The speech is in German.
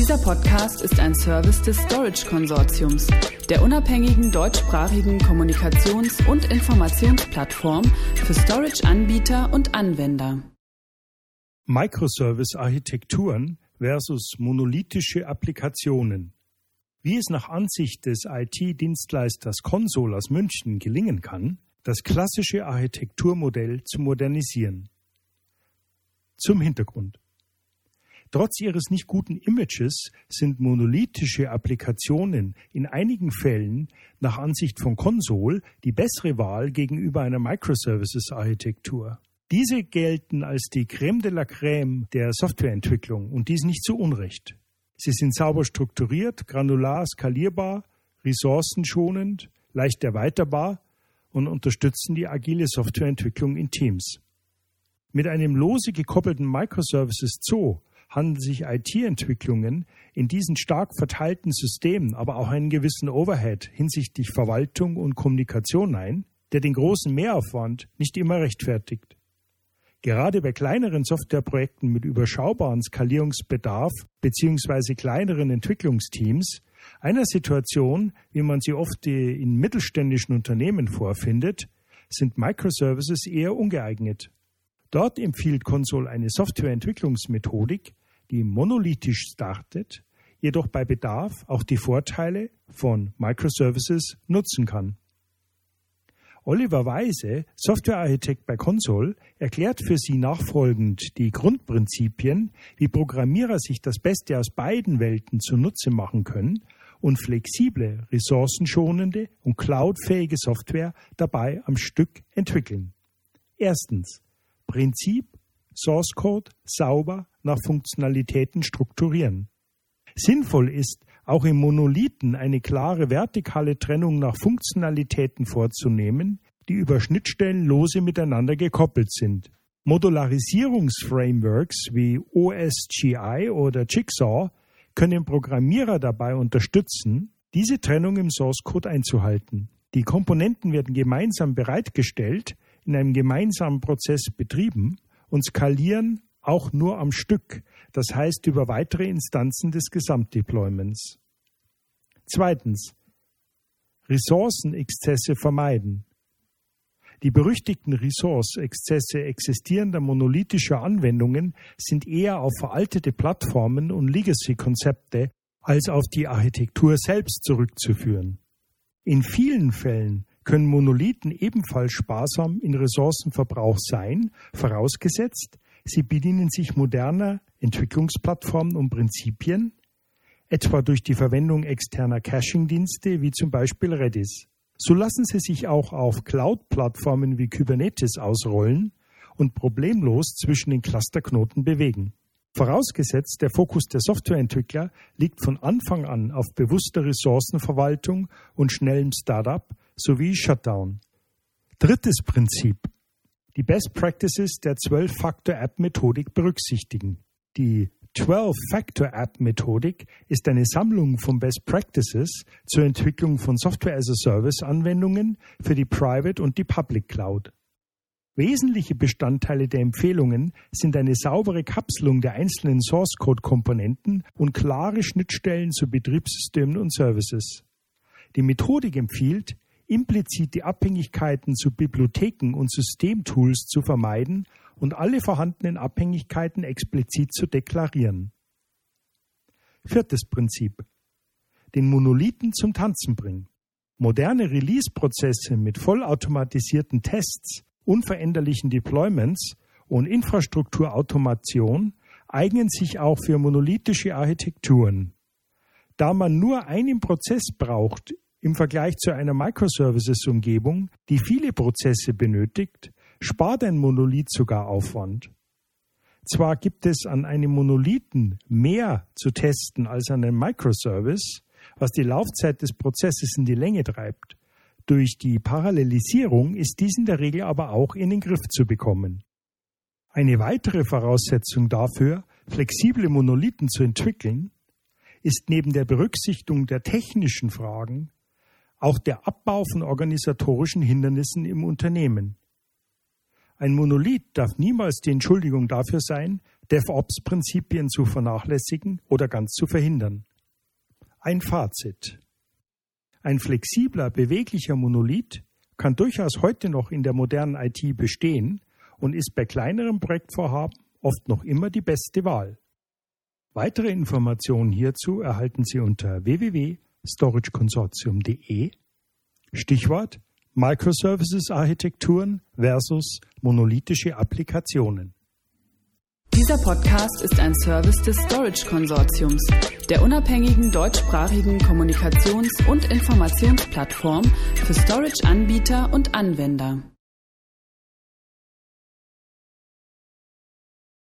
Dieser Podcast ist ein Service des Storage-Konsortiums, der unabhängigen deutschsprachigen Kommunikations- und Informationsplattform für Storage-Anbieter und Anwender. Microservice-Architekturen versus monolithische Applikationen. Wie es nach Ansicht des IT-Dienstleisters Consol aus München gelingen kann, das klassische Architekturmodell zu modernisieren. Zum Hintergrund. Trotz ihres nicht guten Images sind monolithische Applikationen in einigen Fällen nach Ansicht von Consol die bessere Wahl gegenüber einer Microservices-Architektur. Diese gelten als die Crème de la Crème der Softwareentwicklung und dies nicht zu Unrecht. Sie sind sauber strukturiert, granular skalierbar, ressourcenschonend, leicht erweiterbar und unterstützen die agile Softwareentwicklung in Teams. Mit einem lose gekoppelten Microservices Zoo handeln sich IT-Entwicklungen in diesen stark verteilten Systemen aber auch einen gewissen Overhead hinsichtlich Verwaltung und Kommunikation ein, der den großen Mehraufwand nicht immer rechtfertigt. Gerade bei kleineren Softwareprojekten mit überschaubarem Skalierungsbedarf bzw. kleineren Entwicklungsteams, einer Situation, wie man sie oft in mittelständischen Unternehmen vorfindet, sind Microservices eher ungeeignet. Dort empfiehlt Consol eine Softwareentwicklungsmethodik, die monolithisch startet, jedoch bei Bedarf auch die Vorteile von Microservices nutzen kann. Oliver Weise, Softwarearchitekt bei Consol, erklärt für Sie nachfolgend die Grundprinzipien, wie Programmierer sich das Beste aus beiden Welten zunutze machen können und flexible, ressourcenschonende und cloudfähige Software dabei am Stück entwickeln. Erstens. Prinzip, Source Code sauber nach Funktionalitäten strukturieren. Sinnvoll ist, auch im Monolithen eine klare vertikale Trennung nach Funktionalitäten vorzunehmen, die über Schnittstellen lose miteinander gekoppelt sind. Modularisierungsframeworks wie OSGI oder Jigsaw können Programmierer dabei unterstützen, diese Trennung im Source Code einzuhalten. Die Komponenten werden gemeinsam bereitgestellt, in einem gemeinsamen Prozess betrieben und skalieren auch nur am Stück, das heißt über weitere Instanzen des Gesamtdeployments. Zweitens. Ressourcenexzesse vermeiden. Die berüchtigten Ressource-Exzesse existierender monolithischer Anwendungen sind eher auf veraltete Plattformen und Legacy-Konzepte als auf die Architektur selbst zurückzuführen. In vielen Fällen können Monolithen ebenfalls sparsam in Ressourcenverbrauch sein, vorausgesetzt, sie bedienen sich moderner Entwicklungsplattformen und Prinzipien, etwa durch die Verwendung externer Caching-Dienste wie zum Beispiel Redis. So lassen sie sich auch auf Cloud-Plattformen wie Kubernetes ausrollen und problemlos zwischen den Clusterknoten bewegen. Vorausgesetzt, der Fokus der Softwareentwickler liegt von Anfang an auf bewusster Ressourcenverwaltung und schnellem Startup sowie Shutdown. Drittes Prinzip. Die Best Practices der 12-Factor-App-Methodik berücksichtigen. Die 12-Factor-App-Methodik ist eine Sammlung von Best Practices zur Entwicklung von Software-as-a-Service-Anwendungen für die Private und die Public Cloud. Wesentliche Bestandteile der Empfehlungen sind eine saubere Kapselung der einzelnen Source-Code-Komponenten und klare Schnittstellen zu Betriebssystemen und Services. Die Methodik empfiehlt, implizit die Abhängigkeiten zu Bibliotheken und Systemtools zu vermeiden und alle vorhandenen Abhängigkeiten explizit zu deklarieren. Viertes Prinzip. Den Monolithen zum Tanzen bringen. Moderne Release-Prozesse mit vollautomatisierten Tests, unveränderlichen Deployments und Infrastrukturautomation eignen sich auch für monolithische Architekturen. Da man nur einen Prozess braucht im Vergleich zu einer Microservices-Umgebung, die viele Prozesse benötigt, spart ein Monolith sogar Aufwand. Zwar gibt es an einem Monolithen mehr zu testen als an einem Microservice, was die Laufzeit des Prozesses in die Länge treibt. Durch die Parallelisierung ist dies in der Regel aber auch in den Griff zu bekommen. Eine weitere Voraussetzung dafür, flexible Monolithen zu entwickeln, ist neben der Berücksichtigung der technischen Fragen auch der Abbau von organisatorischen Hindernissen im Unternehmen. Ein Monolith darf niemals die Entschuldigung dafür sein, DevOps-Prinzipien zu vernachlässigen oder ganz zu verhindern. Ein Fazit. Ein flexibler, beweglicher Monolith kann durchaus heute noch in der modernen IT bestehen und ist bei kleineren Projektvorhaben oft noch immer die beste Wahl. Weitere Informationen hierzu erhalten Sie unter www.storageconsortium.de. Stichwort Microservices-Architekturen versus monolithische Applikationen. Dieser Podcast ist ein Service des Storage Konsortiums, der unabhängigen deutschsprachigen Kommunikations- und Informationsplattform für Storage-Anbieter und Anwender.